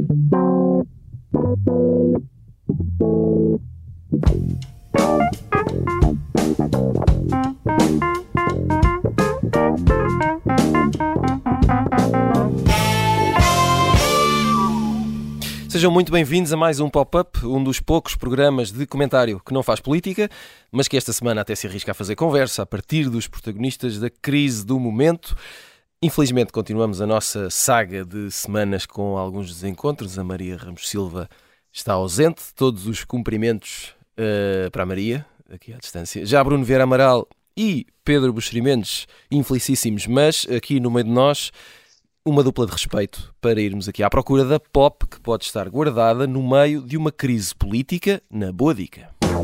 Sejam muito bem-vindos a mais um Pop-Up, um dos poucos programas de comentário que não faz política, mas que esta semana até se arrisca a fazer conversa a partir dos protagonistas da crise do momento. Infelizmente continuamos a nossa saga de semanas com alguns desencontros. A Maria Ramos Silva está ausente, todos os cumprimentos para a Maria, aqui à distância. Já Bruno Vieira Amaral e Pedro Buxeri Mendes, infelicíssimos, mas aqui no meio de nós, uma dupla de respeito para irmos aqui à procura da pop que pode estar guardada no meio de uma crise política na boa dica.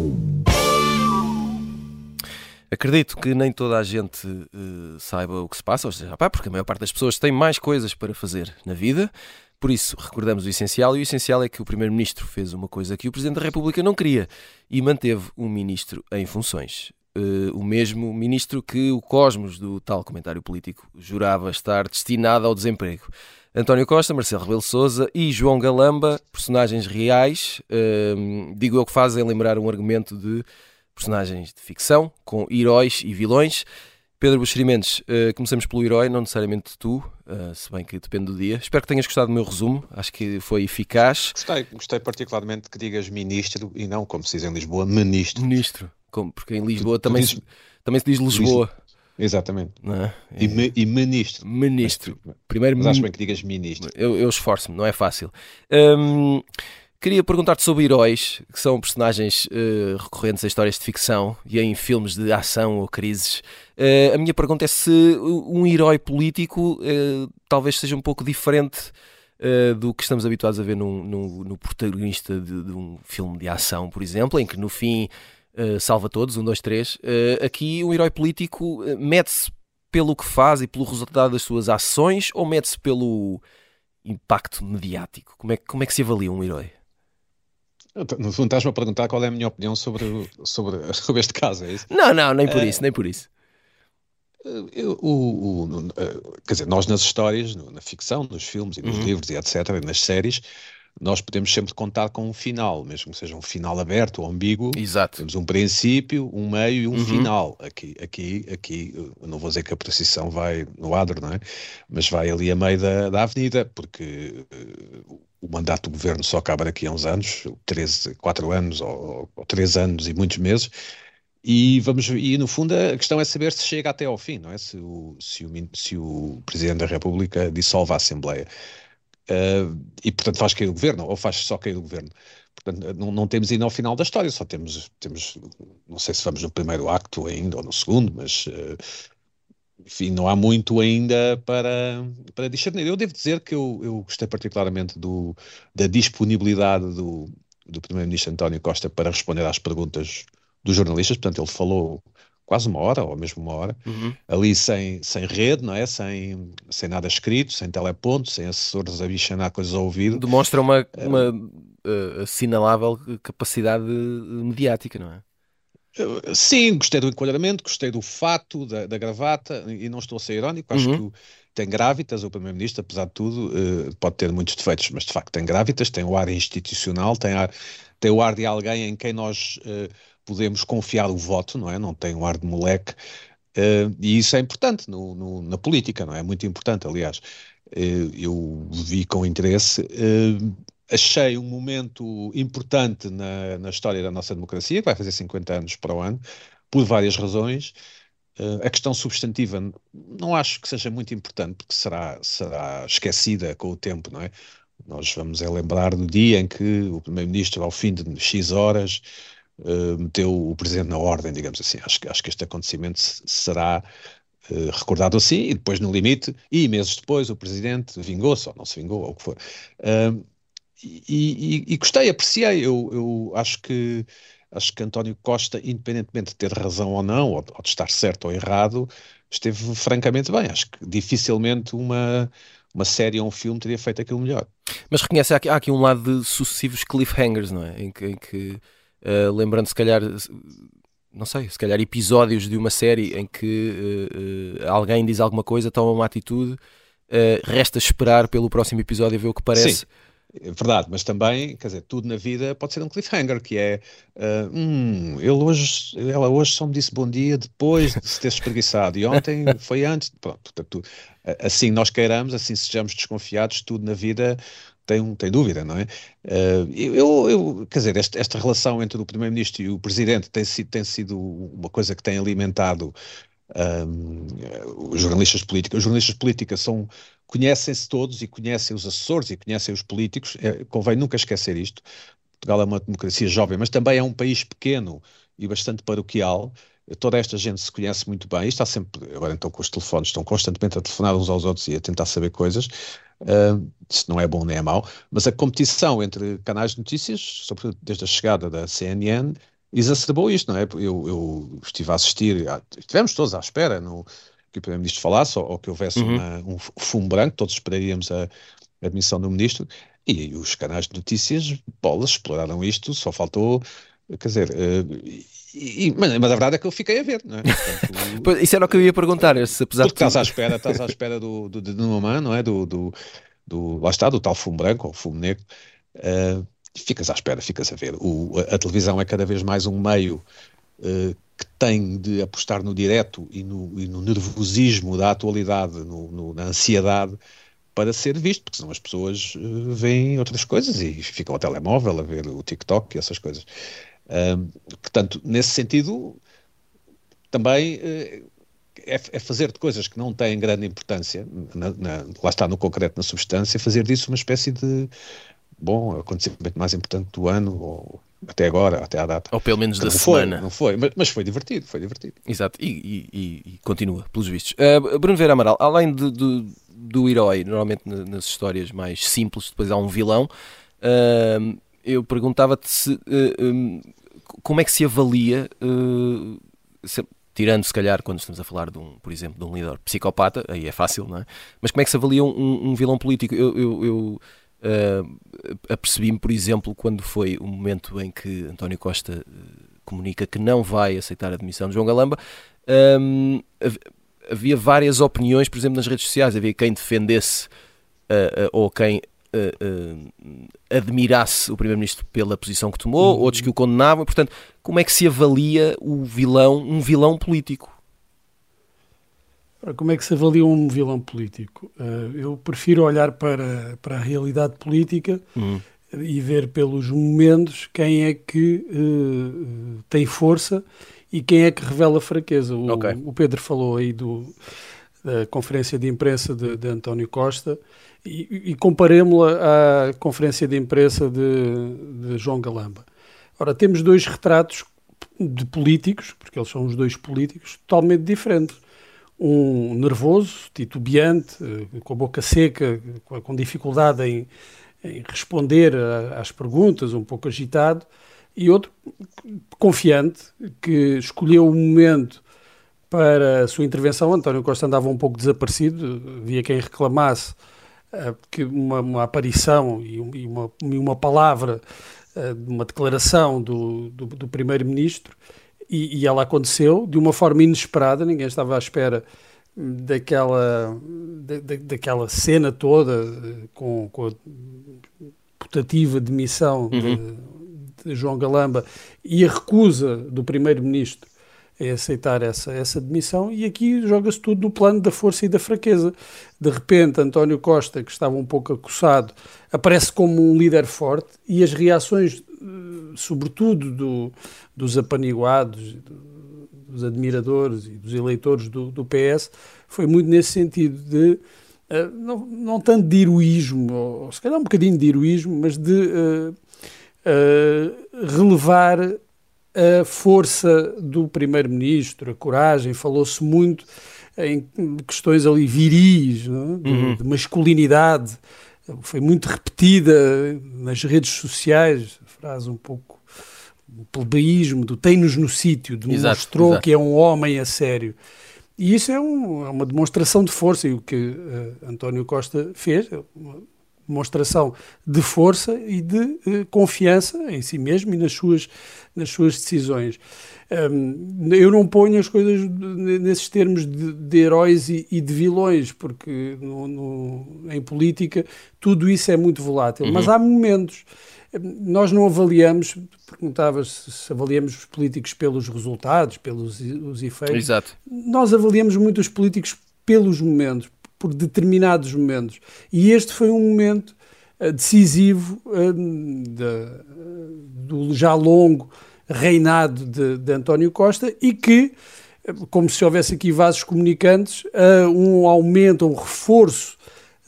Acredito que nem toda a gente saiba o que se passa, ou seja, porque a maior parte das pessoas tem mais coisas para fazer na vida, por isso recordamos o essencial, e o essencial é que o Primeiro-Ministro fez uma coisa que o Presidente da República não queria e manteve um Ministro em funções. O mesmo ministro que o cosmos do tal comentário político jurava estar destinado ao desemprego. António Costa, Marcelo Rebelo de Sousa e João Galamba, personagens reais, digo eu que fazem lembrar um argumento de personagens de ficção, com heróis e vilões. Pedro Buxeri Mendes, começamos pelo herói, não necessariamente tu, se bem que depende do dia. Espero que tenhas gostado do meu resumo, acho que foi eficaz. Gostei particularmente que digas ministro e não, como se diz em Lisboa, ministro. Ministro. Porque em Lisboa também se diz Lisboa. Exatamente. Não é? E ministro. Ministro. Primeiro, mas acho bem que digas ministro. Eu esforço-me, não é fácil. Queria perguntar-te sobre heróis, que são personagens recorrentes a histórias de ficção e em filmes de ação ou crises. A minha pergunta é se um herói político talvez seja um pouco diferente do que estamos habituados a ver no protagonista de um filme de ação, por exemplo, em que no fim salva todos, 1, 2, 3. Aqui um herói político mede-se pelo que faz e pelo resultado das suas ações ou mede-se pelo impacto mediático? Como é que se avalia um herói? No fundo estás-me a perguntar qual é a minha opinião sobre este caso, é isso? Não, nem por isso. Quer dizer, nós nas histórias, na ficção, nos filmes e nos livros e etc, e nas séries, nós podemos sempre contar com um final, mesmo que seja um final aberto ou ambíguo. Exato. Temos um princípio, um meio e um final. Aqui, eu não vou dizer que a procissão vai no adro, não é? Mas vai ali a meio da avenida, porque o mandato do governo só acaba daqui a uns anos, 4 anos ou 3 anos e muitos meses. E no fundo a questão é saber se chega até ao fim, não é? Se o Presidente da República dissolve a Assembleia. E portanto faz cair o governo, ou faz só cair o governo. Portanto, não temos ainda ao final da história, só temos, não sei se vamos no primeiro acto ainda ou no segundo, mas enfim, não há muito ainda para discernir. Eu devo dizer que eu gostei particularmente da disponibilidade do Primeiro-Ministro António Costa para responder às perguntas dos jornalistas. Portanto, ele falou quase 1 hora, ou mesmo 1 hora, ali sem rede, não é? Sem nada escrito, sem teleponto, sem assessores a bichanar coisas ao ouvido. Demonstra uma assinalável capacidade mediática, não é? Sim, gostei do enquadramento, gostei do fato, da gravata, e não estou a ser irónico, acho que tem grávidas, o Primeiro-Ministro, apesar de tudo, pode ter muitos defeitos, mas de facto tem grávidas, tem o ar institucional, tem o ar de alguém em quem nós podemos confiar o voto, não é? Não tem um ar de moleque, e isso é importante na política, não é? É muito importante, aliás. Eu vi com interesse, achei um momento importante na história da nossa democracia, que vai fazer 50 anos para o ano, por várias razões. A questão substantiva não acho que seja muito importante, porque será esquecida com o tempo, não é? Nós vamos lembrar do dia em que o Primeiro-Ministro, ao fim de X horas, meteu o Presidente na ordem, digamos assim. Acho que este acontecimento será recordado assim, e depois no limite, e meses depois o Presidente vingou-se, ou não se vingou, ou o que for. E gostei, apreciei. Eu acho que António Costa, independentemente de ter razão ou não, ou de estar certo ou errado, esteve francamente bem. Acho que dificilmente uma série ou um filme teria feito aquilo melhor. Mas reconhece, há aqui um lado de sucessivos cliffhangers, não é? Em que lembrando se calhar, não sei, se calhar episódios de uma série em que alguém diz alguma coisa, toma uma atitude, resta esperar pelo próximo episódio a ver o que parece. Sim. É verdade, mas também, quer dizer, tudo na vida pode ser um cliffhanger, que é ela hoje só me disse bom dia depois de se ter espreguiçado, e ontem foi antes, pronto, portanto, assim nós queiramos, assim sejamos desconfiados, tudo na vida tem dúvida, não é? Quer dizer, esta relação entre o Primeiro-Ministro e o Presidente tem sido uma coisa que tem alimentado um, os jornalistas políticos conhecem-se todos e conhecem os assessores e conhecem os políticos. Convém nunca esquecer isto. Portugal é uma democracia jovem, mas também é um país pequeno e bastante paroquial. Toda esta gente se conhece muito bem e está sempre, agora então com os telefones, estão constantemente a telefonar uns aos outros e a tentar saber coisas. Isso não é bom nem é mau, mas a competição entre canais de notícias, sobretudo desde a chegada da CNN, exacerbou isto, não é? Eu estive a assistir, estivemos todos à espera que o Primeiro-Ministro falasse ou que houvesse um fumo branco, todos esperaríamos a admissão do Ministro, e os canais de notícias, bolas, exploraram isto, só faltou, quer dizer, mas a verdade é que eu fiquei a ver, não é? Portanto, isso era o que eu ia perguntar, se apesar de estás à espera do denouement, não é? Lá está, do tal fumo branco ou fumo negro, ficas à espera, ficas a ver. A televisão é cada vez mais um meio que tem de apostar no direto e no nervosismo da atualidade, na ansiedade, para ser visto, porque senão as pessoas veem outras coisas e ficam ao telemóvel a ver o TikTok e essas coisas. Portanto, nesse sentido, também é fazer de coisas que não têm grande importância, lá está no concreto, na substância, fazer disso uma espécie de acontecimento mais importante do ano, ou até agora, até à data. Ou pelo menos da semana. Não foi, mas foi divertido, foi divertido. Exato, e continua, pelos vistos. Bruno Vieira Amaral, além do herói, normalmente nas histórias mais simples, depois há um vilão, eu perguntava-te como é que se avalia, tirando se calhar quando estamos a falar por exemplo, de um líder psicopata, aí é fácil, não é? Mas como é que se avalia um vilão político? Eu apercebi-me, por exemplo, quando foi o momento em que António Costa comunica que não vai aceitar a demissão de João Galamba, havia várias opiniões, por exemplo, nas redes sociais. Havia quem defendesse ou quem admirasse o Primeiro-Ministro pela posição que tomou, outros que o condenavam. Portanto, como é que se avalia um vilão político? Como é que se avalia um vilão político? Eu prefiro olhar para a realidade política e ver pelos momentos quem é que tem força e quem é que revela fraqueza. O Pedro falou aí da conferência de imprensa de António Costa e comparemos-la à conferência de imprensa de João Galamba. Ora, temos dois retratos de políticos, porque eles são os dois políticos, totalmente diferentes. Um nervoso, titubeante, com a boca seca, com dificuldade em responder às perguntas, um pouco agitado, e outro confiante, que escolheu o momento para a sua intervenção. António Costa andava um pouco desaparecido, havia quem reclamasse que uma aparição e uma palavra, uma declaração do Primeiro-Ministro, e ela aconteceu de uma forma inesperada, ninguém estava à espera daquela cena toda com a putativa demissão de João Galamba e a recusa do Primeiro-Ministro a aceitar essa demissão, e aqui joga-se tudo no plano da força e da fraqueza. De repente, António Costa, que estava um pouco acossado, aparece como um líder forte, e as reações, sobretudo dos apaniguados, dos admiradores e dos eleitores do PS, foi muito nesse sentido de, não tanto de heroísmo, ou se calhar um bocadinho de heroísmo, mas de relevar a força do Primeiro-Ministro, a coragem. Falou-se muito em questões ali viris, não é? De masculinidade. Foi muito repetida nas redes sociais, a frase um pouco o plebeísmo do tem-nos no sítio, demonstrou que é um homem a sério. E isso é uma demonstração de força, e o que António Costa fez, demonstração de força e de confiança em si mesmo e nas suas decisões. Eu não ponho as coisas nesses termos de heróis e de vilões, porque em política tudo isso é muito volátil, mas há momentos. Nós não avaliamos, perguntavas se avaliamos os políticos pelos resultados, pelos os efeitos. Exato. Nós avaliamos muito os políticos pelos momentos, por determinados momentos. E este foi um momento decisivo do já longo reinado de António Costa e que, como se houvesse aqui vasos comunicantes, um aumento, um reforço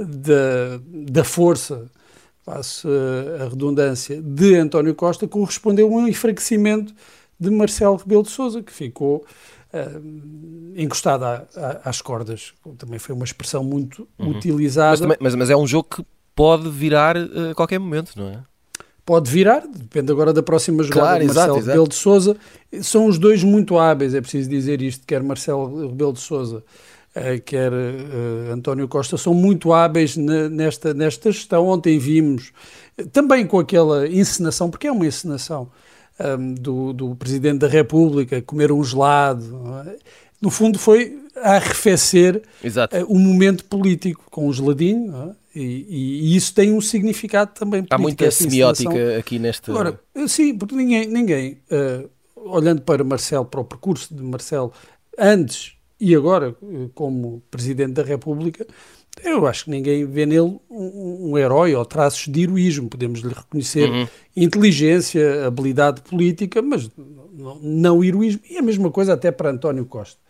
da força, passo a redundância, de António Costa, correspondeu a um enfraquecimento de Marcelo Rebelo de Sousa, que ficou encostado às cordas. Também foi uma expressão muito utilizada. Mas é um jogo que pode virar a qualquer momento, não é? Pode virar, depende agora da próxima jogada de Marcelo Rebelo de Sousa. São os dois muito hábeis, é preciso dizer isto, quer Marcelo Rebelo de Sousa, quer António Costa, são muito hábeis nesta gestão. Ontem vimos, também com aquela encenação, porque é uma encenação, do Presidente da República, comer um gelado, no fundo foi a arrefecer o momento político com um geladinho, não é? E isso tem um significado também político. Há muita semiótica aqui neste... Agora, sim, porque ninguém olhando para Marcelo, para o percurso de Marcelo, antes e agora, como Presidente da República, eu acho que ninguém vê nele um herói ou traços de heroísmo. Podemos lhe reconhecer inteligência, habilidade política, mas não heroísmo. E a mesma coisa até para António Costa.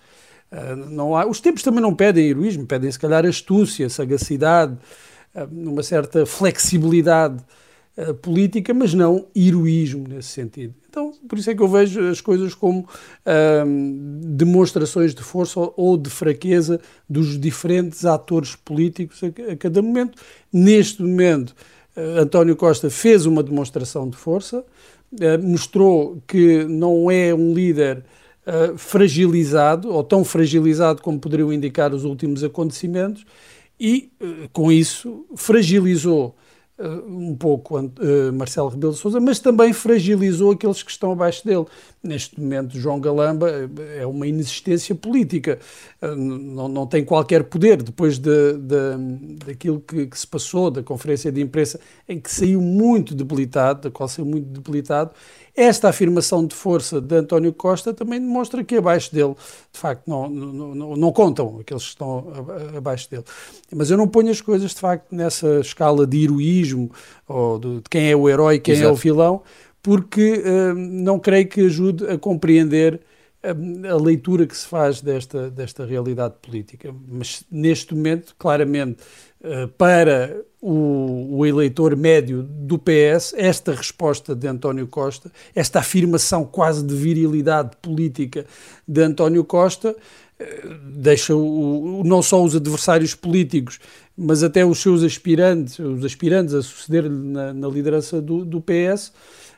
Os tempos também não pedem heroísmo, pedem se calhar astúcia, sagacidade, uma certa flexibilidade política, mas não heroísmo nesse sentido. Então, por isso é que eu vejo as coisas como demonstrações de força ou de fraqueza dos diferentes atores políticos a cada momento. Neste momento, António Costa fez uma demonstração de força, mostrou que não é um líder fragilizado, ou tão fragilizado como poderiam indicar os últimos acontecimentos, e com isso fragilizou um pouco Marcelo Rebelo de Sousa, mas também fragilizou aqueles que estão abaixo dele. Neste momento, João Galamba é uma inexistência política, não tem qualquer poder, depois daquilo que se passou, da conferência de imprensa, em que saiu muito debilitado, da qual saiu muito debilitado. Esta afirmação de força de António Costa também demonstra que abaixo dele, de facto, não contam aqueles que estão abaixo dele. Mas eu não ponho as coisas, de facto, nessa escala de heroísmo, ou de quem é o herói e quem é o vilão, porque não creio que ajude a compreender a leitura que se faz desta realidade política. Mas, neste momento, claramente, para o eleitor médio do PS, esta resposta de António Costa, esta afirmação quase de virilidade política de António Costa, deixa não só os adversários políticos, mas até os seus aspirantes a suceder-lhe na liderança do PS,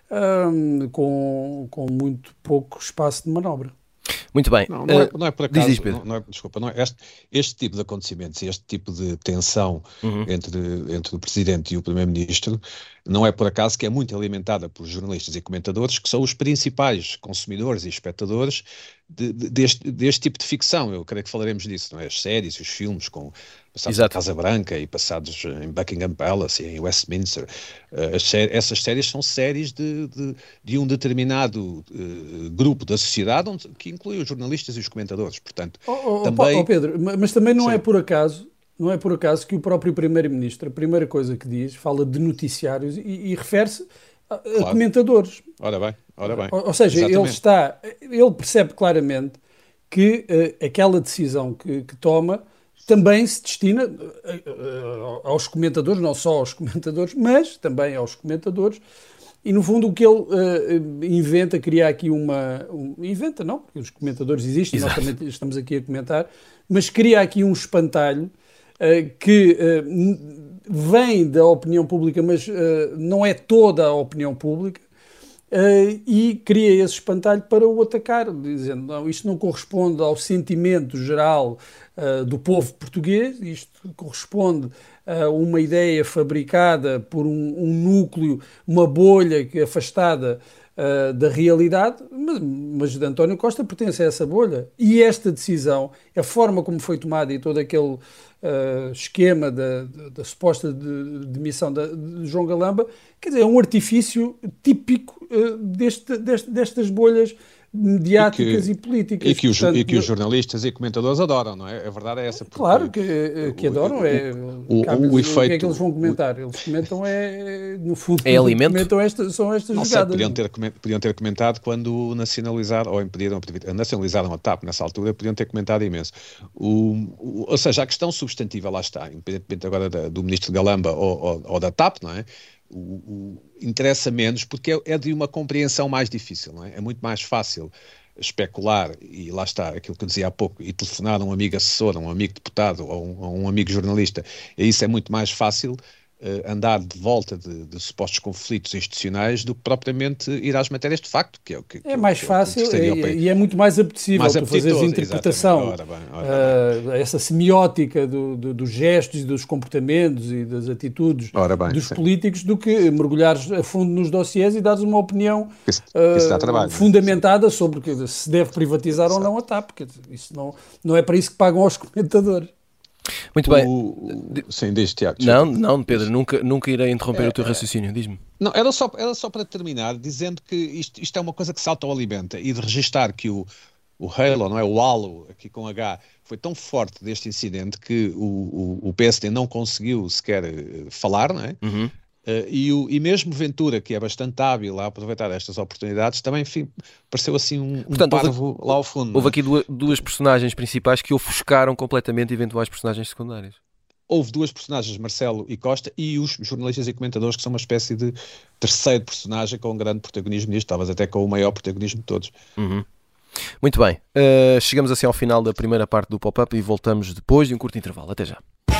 com muito pouco espaço de manobra. Muito bem. Não é por acaso, desculpa. Este tipo de acontecimentos, este tipo de tensão entre o Presidente e o Primeiro-Ministro, não é por acaso que é muito alimentada por jornalistas e comentadores, que são os principais consumidores e espectadores deste tipo de ficção. Eu creio que falaremos disso, não é? As séries e os filmes passados na Casa Branca e passados em Buckingham Palace e em Westminster. Essas séries são séries de um determinado grupo da sociedade, que inclui os jornalistas e os comentadores. Portanto, Pedro, mas também não é por acaso. Não é por acaso que o próprio Primeiro-Ministro, a primeira coisa que diz, fala de noticiários e refere-se a comentadores. Ora bem. Ou seja, ele percebe claramente que aquela decisão que toma também se destina aos comentadores, não só aos comentadores, mas também aos comentadores. E, no fundo, o que ele cria aqui inventa não, porque os comentadores existem, nós também estamos aqui a comentar, mas cria aqui um espantalho que vem da opinião pública, mas não é toda a opinião pública, e cria esse espantalho para o atacar, dizendo, não, isto não corresponde ao sentimento geral do povo português, isto corresponde uma ideia fabricada por um núcleo, uma bolha afastada da realidade, mas de António Costa pertence a essa bolha. E esta decisão, a forma como foi tomada e todo aquele esquema da suposta demissão de João Galamba, quer dizer, é um artifício típico destas bolhas mediáticas e políticas. E que os jornalistas e comentadores adoram, não é? A verdade é essa. Claro que adoram. O efeito, o que é que eles vão comentar? Eles comentam, no fundo, comentam são estas jogadas. Podiam ter comentado quando nacionalizaram, ou nacionalizaram a TAP nessa altura, podiam ter comentado imenso. Ou seja, a questão substantiva lá está, independentemente agora do ministro Galamba ou da TAP, não é? Interessa menos porque é de uma compreensão mais difícil, não é? É muito mais fácil especular, e lá está aquilo que eu dizia há pouco, e telefonar a um amigo assessor, a um amigo deputado ou a um amigo jornalista, e isso é muito mais fácil andar de volta de supostos conflitos institucionais do que propriamente ir às matérias de facto, que é o que é mais fácil e é muito mais apetecível tu fazeres a interpretação, essa semiótica dos gestos e dos comportamentos e das atitudes dos políticos, do que mergulhares a fundo nos dossiês e dares uma opinião fundamentada sobre se deve privatizar ou não a TAP, porque isso não é para isso que pagam aos comentadores. Muito bem. Sim, diz, Tiago. Não, Pedro, nunca irei interromper o teu raciocínio, diz-me. Não, era só para terminar, dizendo que isto é uma coisa que se autoalimenta, e de registar que o halo, não é? O halo, aqui com H, foi tão forte deste incidente que o PSD não conseguiu sequer falar, não é? Uhum. E mesmo Ventura, que é bastante hábil a aproveitar estas oportunidades, também, enfim, pareceu assim Portanto, parvo lá ao fundo. Houve aqui duas personagens principais que ofuscaram completamente eventuais personagens secundárias. Houve duas personagens, Marcelo e Costa, e os jornalistas e comentadores, que são uma espécie de terceiro personagem com um grande protagonismo nisto, talvez até com o maior protagonismo de todos. Uhum. Muito bem, chegamos assim ao final da primeira parte do Pop-Up e voltamos depois de um curto intervalo. Até já.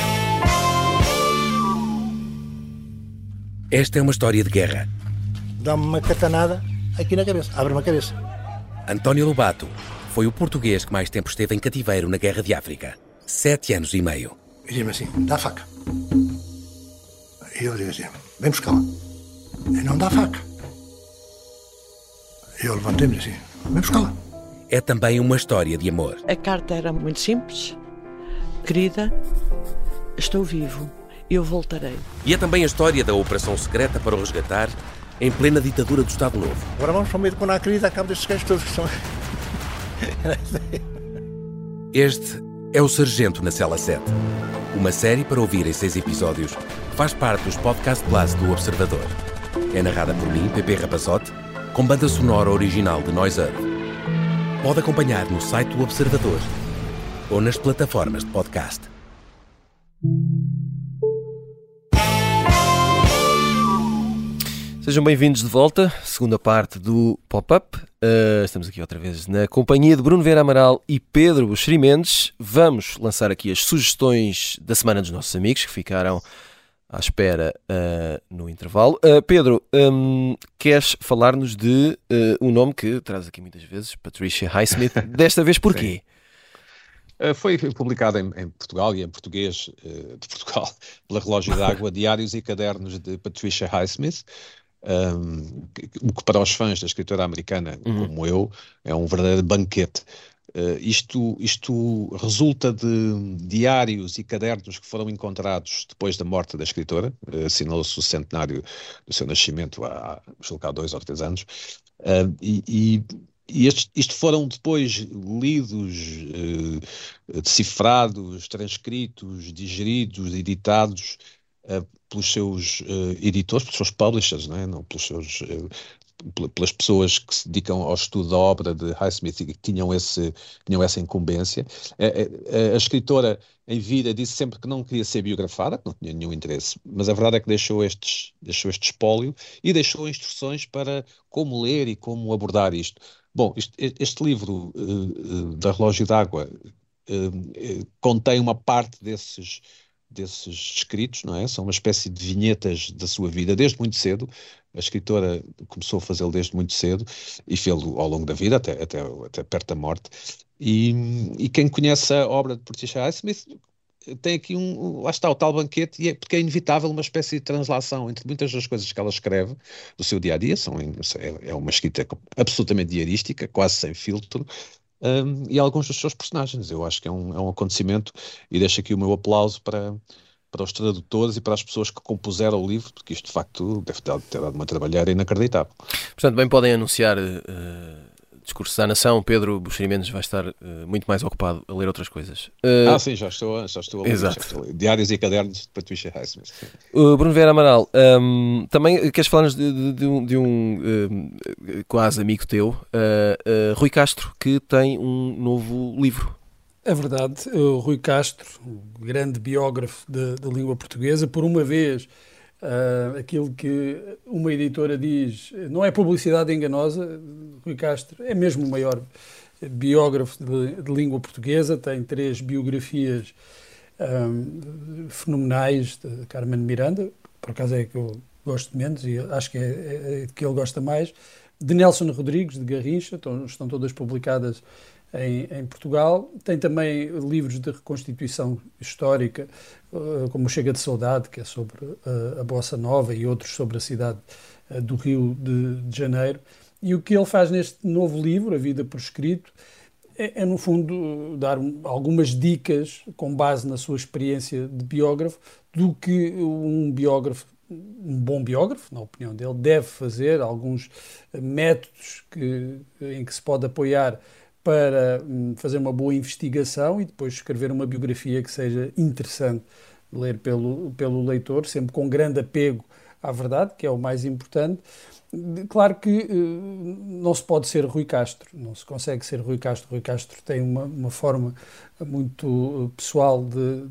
Esta é uma história de guerra. Dá-me uma catanada aqui na cabeça. Abre-me a cabeça. António Lobato foi o português que mais tempo esteve em cativeiro na Guerra de África. 7 anos e meio. E diz-me assim, dá a faca. E eu digo assim, vem buscá-la. E não dá a faca. E eu levantei-me assim, vem buscá-la. É também uma história de amor. A carta era muito simples. Querida, estou vivo. Eu voltarei. E é também a história da operação secreta para o resgatar em plena ditadura do Estado Novo. Agora vamos para o meio de quando há querida, acabo destes gajos todos que são... Este é o Sargento na Cela 7. Uma série para ouvir em 6 episódios. Faz parte dos Podcast Plus do Observador. É narrada por mim, Pepe Rapazote, com banda sonora original de Noise Earth. Pode acompanhar no site do Observador ou nas plataformas de podcast. Sejam bem-vindos de volta, segunda parte do Pop-Up. Estamos aqui outra vez na companhia de Bruno Vieira Amaral e Pedro Buxeri Mendes. Vamos lançar aqui as sugestões da semana dos nossos amigos que ficaram à espera no intervalo. Pedro, queres falar-nos de um nome que traz aqui muitas vezes, Patricia Highsmith. Desta vez porquê? Foi publicado em Portugal e em português de Portugal pela Relógio d'Água, Diários e Cadernos de Patricia Highsmith. O que para os fãs da escritora americana, como eu, é um verdadeiro banquete. Isto resulta de diários e cadernos que foram encontrados depois da morte da escritora. Assinalou-se o centenário do seu nascimento há 2 ou 3 anos. E isto foram depois lidos, decifrados, transcritos, digeridos, editados pelos seus editores, pelos seus publishers, não pelas pessoas que se dedicam ao estudo da obra de Highsmith e que tinham essa incumbência. A escritora em vida disse sempre que não queria ser biografada, que não tinha nenhum interesse, mas a verdade é que deixou este espólio e deixou instruções para como ler e como abordar isto. Bom, este livro da Relógio d'Água contém uma parte desses escritos, não é? São uma espécie de vinhetas da sua vida, desde muito cedo. A escritora começou a fazê-lo desde muito cedo e fez-lo ao longo da vida, até perto da morte. E quem conhece a obra de Patricia Highsmith tem aqui lá está o tal banquete, e porque é inevitável uma espécie de translação entre muitas das coisas que ela escreve do seu dia-a-dia, é uma escrita absolutamente diarística, quase sem filtro, e alguns dos seus personagens. Eu acho que é um acontecimento, e deixo aqui o meu aplauso para os tradutores e para as pessoas que compuseram o livro, porque isto de facto deve ter dado uma trabalheira inacreditável. Portanto, bem podem anunciar discursos à nação. Pedro Buxeri Mendes vai estar muito mais ocupado a ler outras coisas. Sim, já estou a ler. Exato. Diários e Cadernos de Patricia Highsmith. Bruno Vieira Amaral, também queres falar-nos de um quase amigo teu, Rui Castro, que tem um novo livro. É verdade, o Rui Castro, o grande biógrafo da língua portuguesa, por uma vez, aquilo que uma editora diz, não é publicidade enganosa, Rui Castro é mesmo o maior biógrafo de língua portuguesa, tem 3 biografias fenomenais de Carmen Miranda, por acaso é que eu gosto menos e acho que é que ele gosta mais, de Nelson Rodrigues, de Garrincha, estão todas publicadas em Portugal. Tem também livros de reconstituição histórica, como o Chega de Saudade, que é sobre a Bossa Nova, e outros sobre a cidade do Rio de Janeiro. E o que ele faz neste novo livro, A Vida por Escrito, é no fundo dar algumas dicas, com base na sua experiência de biógrafo, do que um bom biógrafo, na opinião dele, deve fazer, alguns métodos em que se pode apoiar para fazer uma boa investigação e depois escrever uma biografia que seja interessante de ler pelo leitor, sempre com grande apego à verdade, que é o mais importante. Claro que não se pode ser Rui Castro, não se consegue ser Rui Castro. Rui Castro tem uma forma muito pessoal de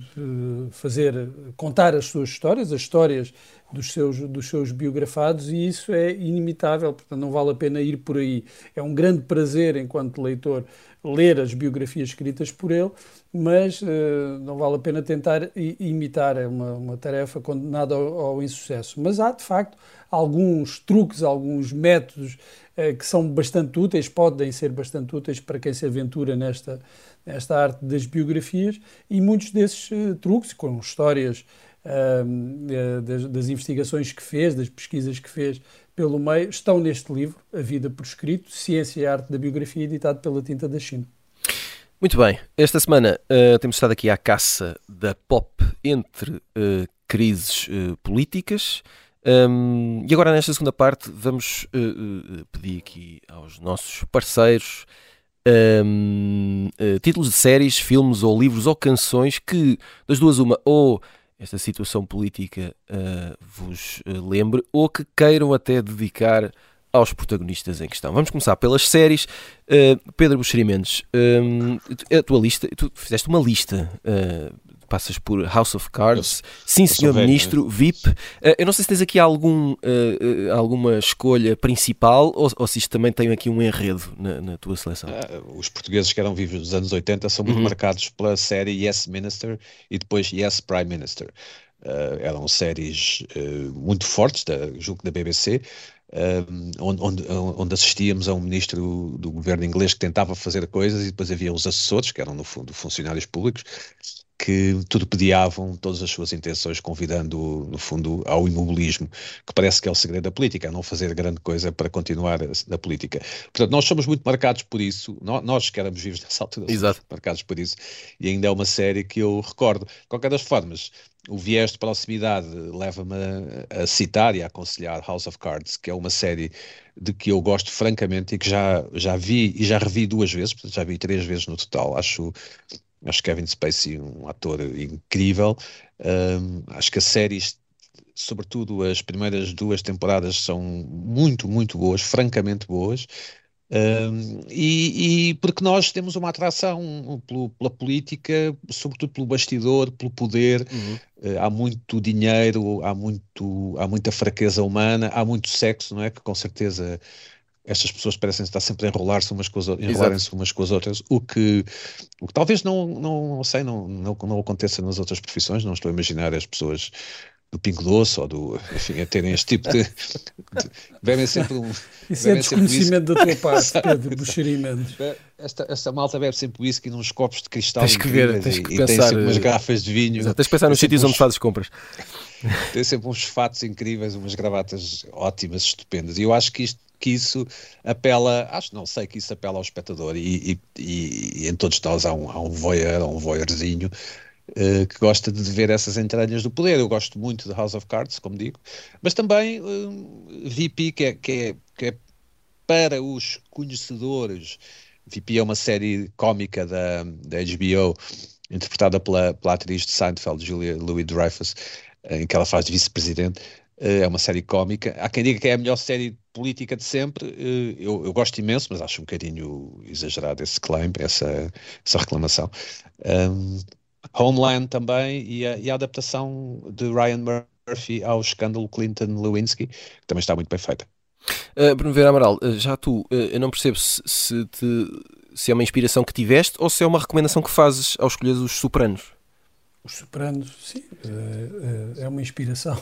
contar as suas histórias, as histórias dos seus biografados, e isso é inimitável, portanto não vale a pena ir por aí. É um grande prazer, enquanto leitor, ler as biografias escritas por ele, mas não vale a pena tentar imitar, é uma tarefa condenada ao insucesso. Mas há, de facto, alguns truques, alguns métodos que são bastante úteis, podem ser bastante úteis para quem se aventura nesta arte das biografias, e muitos desses truques, com histórias das investigações que fez, das pesquisas que fez pelo meio, estão neste livro, A Vida por Escrito, Ciência e Arte da Biografia, editado pela Tinta da China. Muito bem, esta semana temos estado aqui à caça da pop entre crises políticas, e agora nesta segunda parte vamos pedir aqui aos nossos parceiros títulos de séries, filmes ou livros ou canções que, das duas uma, ou esta situação política vos lembre, ou que queiram até dedicar aos protagonistas em questão. Vamos começar pelas séries. Pedro Buxeri Mendes, a tua lista, tu fizeste uma lista, passas por House of Cards, Sim Senhor Ministro, VIP. Eu não sei se tens aqui alguma escolha principal, ou se isto também tem aqui um enredo na tua seleção. Os portugueses que eram vivos nos anos 80 são muito marcados pela série Yes Minister e depois Yes Prime Minister. Eram séries muito fortes, julgo da BBC, onde assistíamos a um ministro do governo inglês que tentava fazer coisas, e depois havia os assessores, que eram no fundo funcionários públicos, que tudo pediavam, todas as suas intenções, convidando no fundo ao imobilismo, que parece que é o segredo da política, a não fazer grande coisa para continuar na política. Portanto, nós somos muito marcados por isso, nós que éramos vivos nessa altura, somos marcados por isso, e ainda é uma série que eu recordo. De qualquer das formas, o viés de proximidade leva-me a citar e a aconselhar House of Cards, que é uma série de que eu gosto francamente e que já vi e já revi 2 vezes, portanto já vi 3 vezes no total. Acho Kevin Spacey um ator incrível. Acho que a série, sobretudo as primeiras 2 temporadas, são muito, muito boas, francamente boas. E porque nós temos uma atração pela política, sobretudo pelo bastidor, pelo poder. Há muito dinheiro, há muita fraqueza humana, há muito sexo, não é? Que com certeza estas pessoas parecem estar sempre a enrolarem-se umas com as outras, o que talvez não aconteça nas outras profissões. Não estou a imaginar as pessoas Pingo Doce ou enfim, a terem este tipo de bebem sempre Isso é desconhecimento da tua parte, Pedro Buxeri Mendes. Esta malta bebe sempre whisky nos copos de cristal. Tens que ver, tens que pensar, tem sempre umas garrafas de vinho. Exato, tens que pensar nos sítios onde fazes compras. Tem sempre uns fatos incríveis, umas gravatas ótimas, estupendas. E eu acho que isso apela, não sei que isso apela ao espectador e em todos nós há um voyeurzinho que gosta de ver essas entranhas do poder. Eu gosto muito de House of Cards, como digo, mas também VP, que é para os conhecedores. VP é uma série cómica da HBO, interpretada pela atriz de Seinfeld, Julia Louis-Dreyfus, em que ela faz de vice-presidente. É uma série cómica. Há quem diga que é a melhor série política de sempre. Eu gosto imenso, mas acho um bocadinho exagerado esse claim, essa reclamação. Homeland também, e a adaptação de Ryan Murphy ao escândalo Clinton-Lewinsky, que também está muito bem feita. Bruno Vieira Amaral, já tu, eu não percebo se é uma inspiração que tiveste ou se é uma recomendação que fazes ao escolher Os Sopranos. Os Sopranos, sim, é uma inspiração.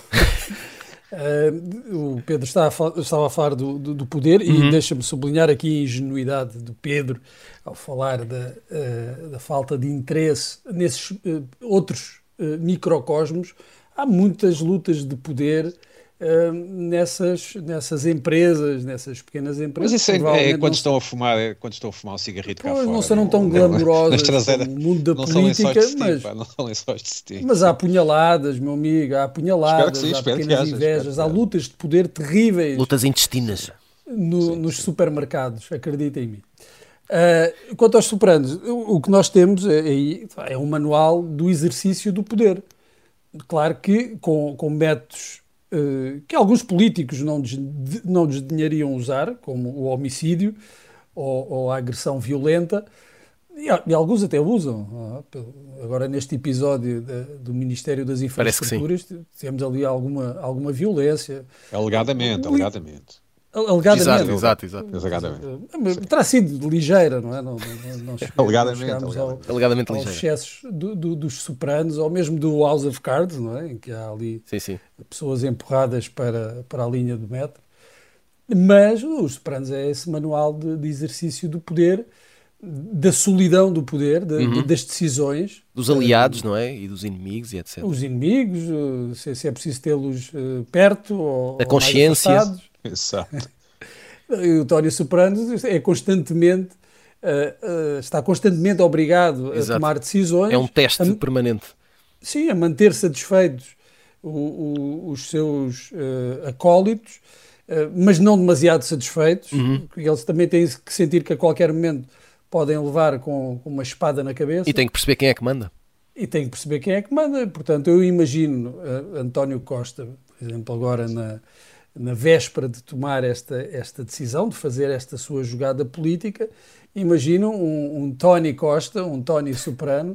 O Pedro estava a falar do poder e deixa-me sublinhar aqui a ingenuidade do Pedro ao falar da falta de interesse nesses outros microcosmos. Há muitas lutas de poder nessas empresas, nessas pequenas empresas. Mas isso é quando estão a fumar um cigarrito cá fora. Não serão tão glamourosas como o mundo da política, não são lençóis de Steve. Mas há apunhaladas, meu amigo, há apunhaladas, há pequenas invejas, há lutas de poder terríveis. Lutas intestinas. Nos supermercados, acredita em mim. Quanto aos Sopranos, o que nós temos é um manual do exercício do poder. Claro que com métodos que alguns políticos não desdenhariam usar, como o homicídio ou a agressão violenta, e alguns até usam. Agora, neste episódio do Ministério das Infraestruturas, temos ali alguma violência. Alegadamente. Exato. Terá sido ligeira, não é? Não alegadamente aos excessos dos Sopranos, ou mesmo do House of Cards, não é? Em que há ali pessoas empurradas para a linha do metro. Mas os Sopranos é esse manual de exercício do poder, da solidão do poder, das decisões. Dos aliados, não é? E dos inimigos e etc. Os inimigos, se é preciso tê-los perto ou a consciência. Mais afastados. Exato. E o Tony Soprano está constantemente obrigado a tomar decisões. É um teste permanente. Sim, a manter satisfeitos os seus acólitos, mas não demasiado satisfeitos, porque eles também têm que sentir que a qualquer momento podem levar com uma espada na cabeça. E têm que perceber quem é que manda. Portanto, eu imagino António Costa, por exemplo, agora na véspera de tomar esta decisão, de fazer esta sua jogada política, imagino um Tony Costa, um Tony Soprano,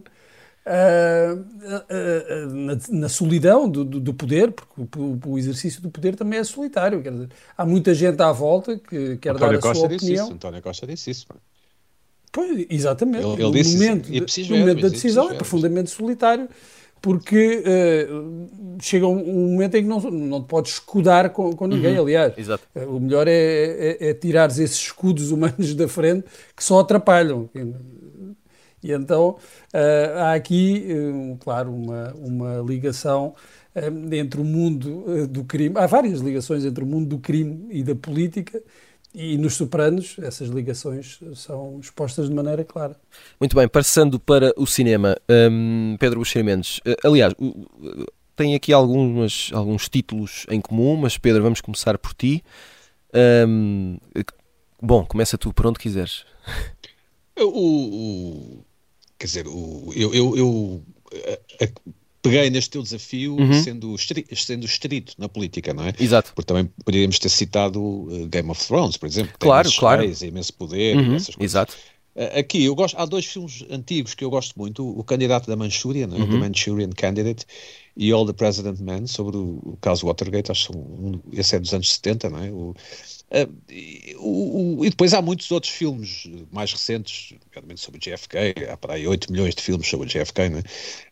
na solidão do poder, porque o exercício do poder também é solitário. Quer dizer, há muita gente à volta que quer dar a sua opinião. António Costa disse isso. Pois, exatamente. Ele disse no momento da decisão é profundamente solitário, porque chega um momento em que não te podes escudar com ninguém, aliás. Exato. O melhor é tirares esses escudos humanos da frente que só atrapalham. E então há aqui, claro, uma ligação entre o mundo do crime. Há várias ligações entre o mundo do crime e da política. E nos Sopranos, essas ligações são expostas de maneira clara. Muito bem, passando para o cinema, Pedro Buxeri Mendes, aliás, tem aqui alguns títulos em comum, mas Pedro, vamos começar por ti. Bom, começa tu por onde quiseres. Quer dizer, eu peguei neste teu desafio sendo estrito na política, não é? Exato. Porque também poderíamos ter citado Game of Thrones, por exemplo. Claro. Imenso poder, essas coisas. Exato. Aqui, há dois filmes antigos que eu gosto muito, O Candidato da Manchúria, né? The Manchurian Candidate, e All the President Men, sobre o caso Watergate, acho que esse é dos anos 70, não é? E depois há muitos outros filmes mais recentes, obviamente sobre JFK, há para aí 8 milhões de filmes sobre JFK, não é?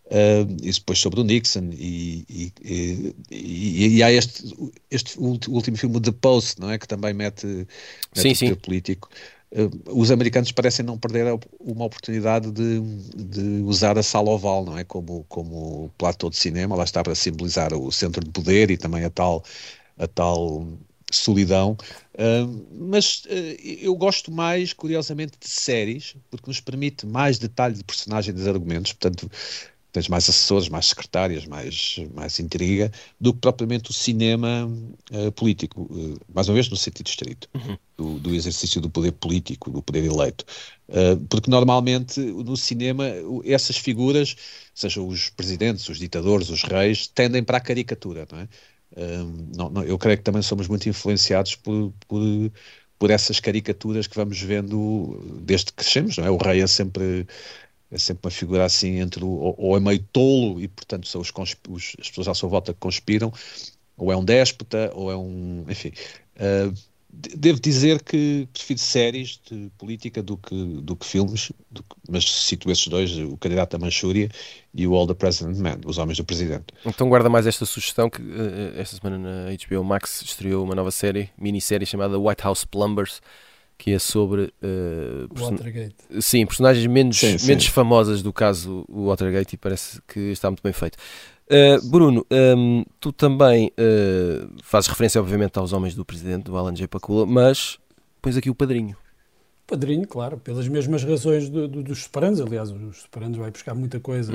e depois sobre o Nixon, e há este último filme, The Post, não é? Que também mete o poder político. Os americanos parecem não perder uma oportunidade de usar a sala oval, não é? Como platô de cinema, lá está, para simbolizar o centro de poder e também a tal solidão. Mas eu gosto mais, curiosamente, de séries, porque nos permite mais detalhe de personagem e dos argumentos, portanto tens mais assessores, mais secretárias, mais intriga, do que propriamente o cinema político, mais uma vez no sentido estrito, do exercício do poder político, do poder eleito. Porque normalmente no cinema essas figuras, sejam os presidentes, os ditadores, os reis, tendem para a caricatura, não é? Eu creio que também somos muito influenciados por essas caricaturas que vamos vendo desde que crescemos, não é? O rei é sempre uma figura assim ou é meio tolo e portanto são as pessoas à sua volta que conspiram, ou é um déspota, ou é um... Enfim, devo dizer que prefiro séries de política do que filmes, mas cito esses dois, O Candidato a Manchúria e o All the President Men, Os Homens do Presidente. Então guarda mais esta sugestão, que esta semana na HBO Max estreou uma nova minissérie chamada White House Plumbers, que é sobre Watergate. Sim, personagens menos famosas do caso Watergate, e parece que está muito bem feito. Bruno, tu também fazes referência obviamente aos Homens do Presidente, do Alan J. Pakula, mas pões aqui o Padrinho. Padrinho, claro, pelas mesmas razões dos Sopranos. Aliás, os Sopranos vai buscar muita coisa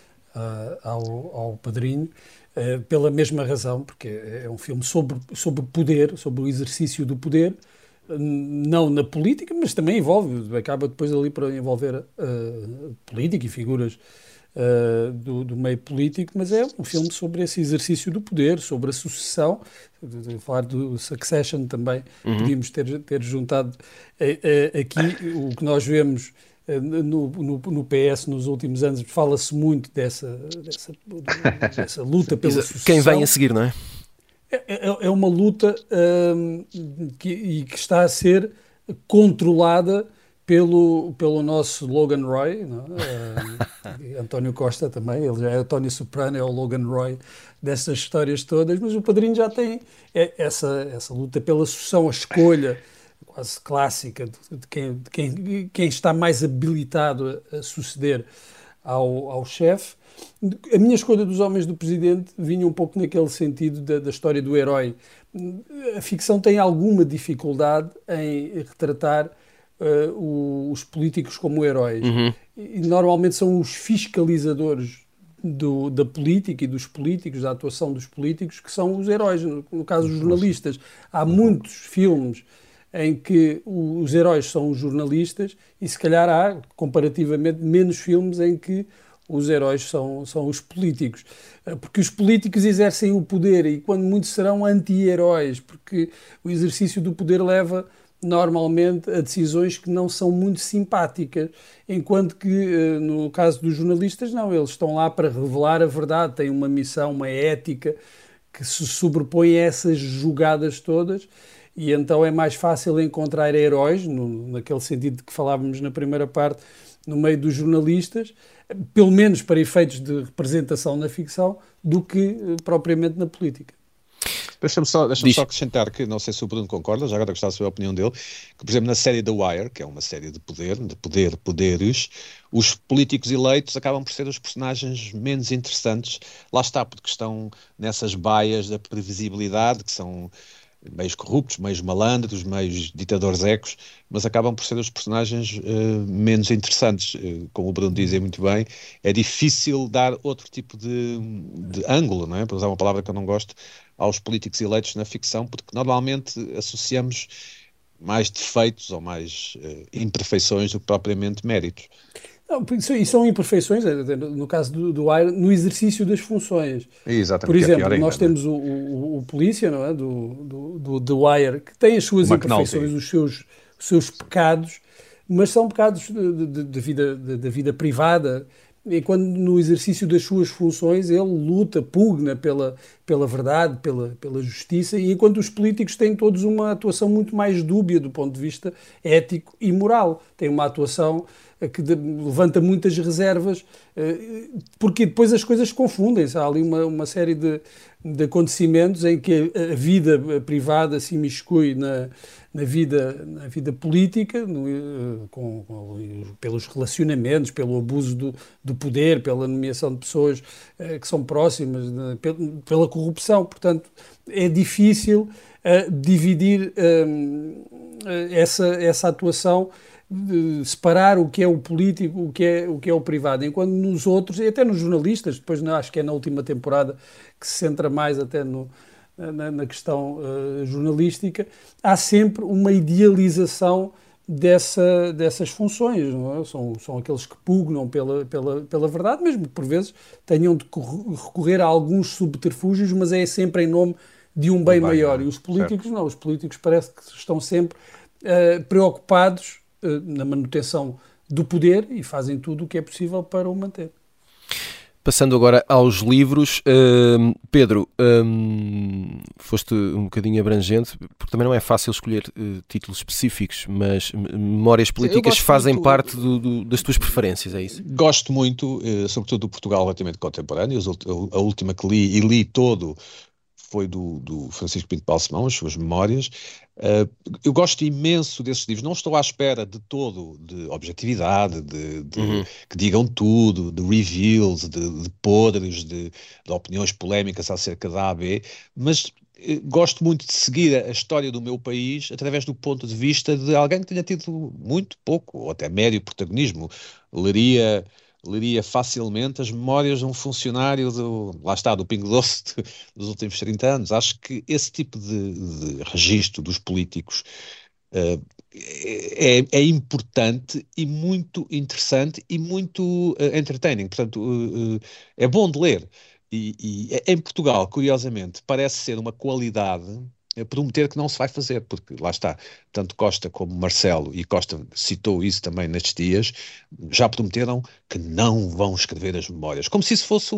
ao Padrinho, pela mesma razão, porque é um filme sobre poder, sobre o exercício do poder, não na política, mas também acaba depois ali para envolver política e figuras do meio político, mas é um filme sobre esse exercício do poder, sobre a sucessão. Falar do Succession também, podíamos ter juntado aqui. O que nós vemos no PS nos últimos anos, fala-se muito dessa luta pela sucessão. Quem vem a seguir, não é? É uma luta que está a ser controlada pelo nosso Logan Roy, não é? António Costa também, ele já é António Soprano, é o Logan Roy dessas histórias todas, mas o Padrinho já tem essa luta pela sucessão, a escolha quase clássica de quem está mais habilitado a suceder ao chefe. A minha escolha dos Homens do Presidente vinha um pouco naquele sentido da história do herói. A ficção tem alguma dificuldade em retratar os políticos como heróis. E normalmente são os fiscalizadores da política e dos políticos, da atuação dos políticos, que são os heróis. No caso dos jornalistas, há muitos filmes em que os heróis são os jornalistas e se calhar há, comparativamente, menos filmes em que os heróis são os políticos. Porque os políticos exercem o poder e, quando muitos, serão anti-heróis, porque o exercício do poder leva normalmente a decisões que não são muito simpáticas, enquanto que no caso dos jornalistas não, eles estão lá para revelar a verdade, têm uma missão, uma ética que se sobrepõe a essas jogadas todas, e então é mais fácil encontrar heróis, naquele sentido de que falávamos na primeira parte, no meio dos jornalistas, pelo menos para efeitos de representação na ficção, do que propriamente na política. Deixa-me só acrescentar que, não sei se o Bruno concorda, já agora gostava de saber a opinião dele, que, por exemplo, na série The Wire, que é uma série de poderes, os políticos eleitos acabam por ser os personagens menos interessantes. Lá está, porque estão nessas baias da previsibilidade, que são meios corruptos, meios malandros, meios ditadores ecos, mas acabam por ser os personagens menos interessantes. Como o Bruno dizia muito bem, é difícil dar outro tipo de ângulo, não é? Para usar uma palavra que eu não gosto, aos políticos eleitos na ficção, porque normalmente associamos mais defeitos ou mais imperfeições do que propriamente méritos. Não, e são imperfeições, no caso do Wire, no exercício das funções. Exatamente. Por exemplo, nós temos o polícia, não é? do The Wire, que tem as suas imperfeições, os seus pecados, mas são pecados da vida privada, e quando no exercício das suas funções ele luta, pugna pela verdade, pela justiça, e enquanto os políticos têm todos uma atuação muito mais dúbia do ponto de vista ético e moral. Têm uma atuação que levanta muitas reservas, porque depois as coisas confundem-se. Há ali uma série de acontecimentos em que a vida privada se imiscui na vida política, pelos relacionamentos, pelo abuso do poder, pela nomeação de pessoas que são próximas, pela corrupção. Portanto, é difícil dividir essa atuação, separar o que é o político, o que é o privado, enquanto nos outros, e até nos jornalistas, depois acho que é na última temporada que se centra mais até na questão jornalística, há sempre uma idealização dessas funções, não é? São aqueles que pugnam pela verdade, mesmo que por vezes tenham de recorrer a alguns subterfúgios, mas é sempre em nome de um bem maior. E os políticos não, os políticos parece que estão sempre preocupados na manutenção do poder e fazem tudo o que é possível para o manter. Passando agora aos livros, Pedro, foste um bocadinho abrangente, porque também não é fácil escolher títulos específicos, mas memórias políticas fazem muito, parte das tuas preferências, é isso? Gosto muito, sobretudo do Portugal relativamente contemporâneo. A última que li, e li todo, foi do Francisco Pinto Balsemão, as suas memórias. Eu gosto imenso desses livros, não estou à espera de todo, de objetividade, que digam tudo, de reveals, de podres, de opiniões polémicas acerca da AB, mas gosto muito de seguir a história do meu país através do ponto de vista de alguém que tenha tido muito pouco, ou até médio protagonismo. Leria facilmente as memórias de um funcionário do Pingo Doce dos últimos 30 anos. Acho que esse tipo de registro dos políticos é importante e muito interessante e muito entertaining. Portanto, é bom de ler. E em Portugal, curiosamente, parece ser uma qualidade prometer que não se vai fazer, porque lá está, tanto Costa como Marcelo, e Costa citou isso também nestes dias, já prometeram que não vão escrever as memórias, como se isso fosse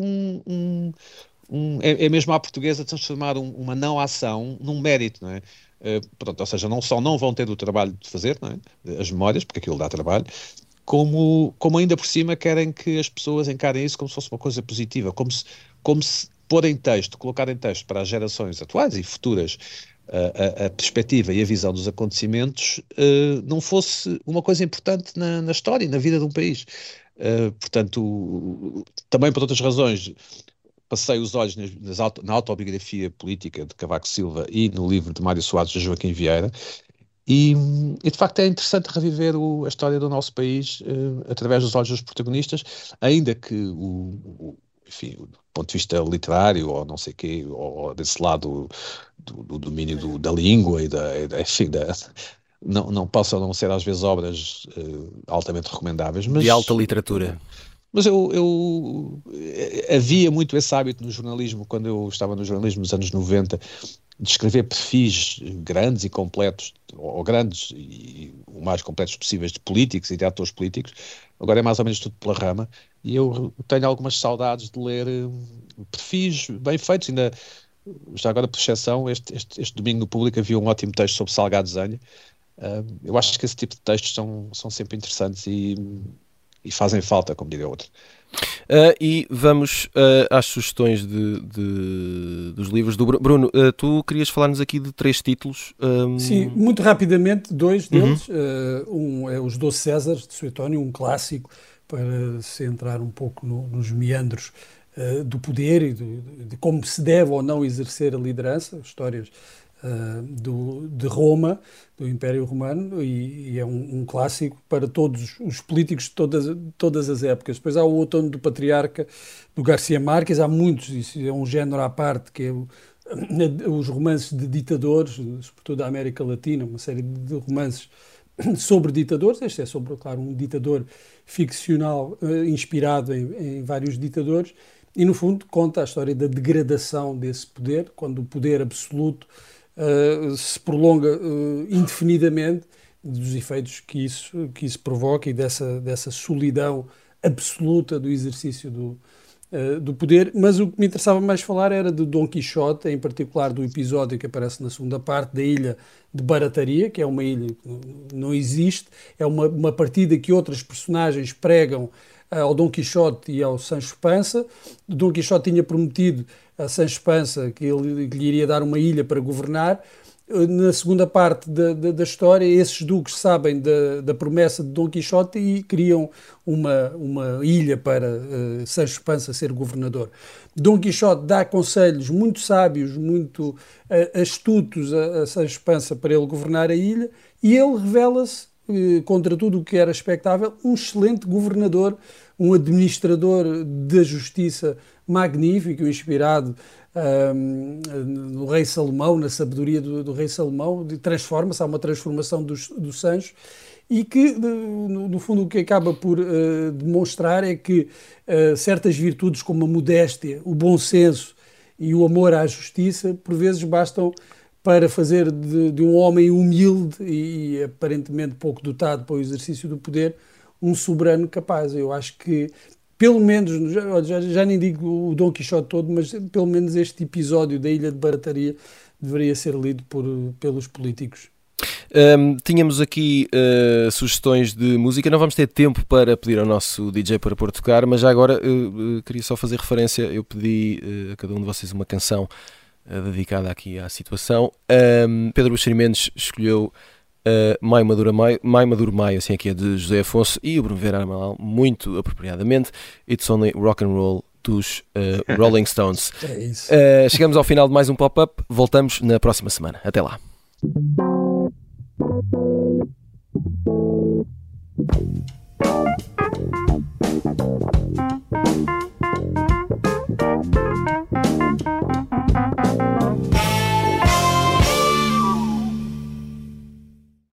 é mesmo à portuguesa transformar uma não ação num mérito, não é? Pronto, ou seja, não só não vão ter o trabalho de fazer, não é? As memórias, porque aquilo dá trabalho, como ainda por cima querem que as pessoas encarem isso como se fosse uma coisa positiva, como se pôr em texto, colocar em texto para as gerações atuais e futuras a perspectiva e a visão dos acontecimentos não fosse uma coisa importante na história e na vida de um país. Portanto, também por outras razões, passei os olhos na autobiografia política de Cavaco Silva e no livro de Mário Soares de Joaquim Vieira, e de facto é interessante reviver a história do nosso país através dos olhos dos protagonistas, ainda que enfim, do ponto de vista literário, ou não sei o quê, ou desse lado do domínio da língua enfim, não possam não ser às vezes obras altamente recomendáveis. Mas, de alta literatura. Mas havia muito esse hábito no jornalismo, quando eu estava no jornalismo nos anos 90, de escrever perfis grandes e completos, ou grandes e o mais completos possíveis, de políticos e de atores políticos. Agora é mais ou menos tudo pela rama, e eu tenho algumas saudades de ler perfis bem feitos. Ainda, já agora por exceção, este domingo no Público havia um ótimo texto sobre Salgado Zanha. Eu acho que esse tipo de textos são sempre interessantes e fazem falta, como diria outro. E vamos às sugestões dos livros do Bruno. Tu querias falar-nos aqui de 3 títulos. Sim, muito rapidamente, 2 deles. Um é Os 12 Césares, de Suetónio, um clássico, para se entrar um pouco nos meandros do poder e de como se deve ou não exercer a liderança, histórias de Roma, do Império Romano, e é um clássico para todos os políticos de todas as épocas. Depois há o Outono do Patriarca, do Garcia Márquez. Há muitos, isso é um género à parte, que é os romances de ditadores, sobretudo da América Latina, uma série de romances sobre ditadores. Este é sobre, claro, um ditador ficcional inspirado em vários ditadores, e no fundo conta a história da degradação desse poder, quando o poder absoluto se prolonga indefinidamente, dos efeitos que isso provoca, e dessa solidão absoluta do exercício do poder, mas o que me interessava mais falar era de Dom Quixote, em particular do episódio que aparece na segunda parte da ilha de Barataria, que é uma ilha que não existe, é uma partida que outras personagens pregam ao Dom Quixote e ao Sancho Panza. O Dom Quixote tinha prometido a Sancho Panza que lhe iria dar uma ilha para governar. Na segunda parte da história, esses duques sabem da promessa de Dom Quixote e criam uma ilha para Sancho Panza ser governador. Dom Quixote dá conselhos muito sábios, muito astutos a Sancho Panza para ele governar a ilha, e ele revela-se, contra tudo o que era expectável, um excelente governador, um administrador da justiça magnífico, inspirado no rei Salomão, na sabedoria do rei Salomão. Transforma-se, há uma transformação do Sancho, e que, no fundo, o que acaba por demonstrar é que certas virtudes como a modéstia, o bom senso e o amor à justiça, por vezes bastam para fazer de um homem humilde e aparentemente pouco dotado para o exercício do poder, um soberano capaz. Eu acho que, pelo menos, já nem digo o Dom Quixote todo, mas pelo menos este episódio da Ilha de Barataria deveria ser lido pelos políticos. Tínhamos aqui sugestões de música. Não vamos ter tempo para pedir ao nosso DJ para pôr tocar, mas já agora queria só fazer referência. Eu pedi a cada um de vocês uma canção dedicada aqui à situação. Pedro Buxeri Mendes escolheu Mai Maduro Maio, assim aqui é de José Afonso, e o Bruno Vieira Amaral, muito apropriadamente, It's Only Rock and Roll dos Rolling Stones. É isso. Chegamos ao final de mais um Pop-Up. Voltamos na próxima semana. Até lá.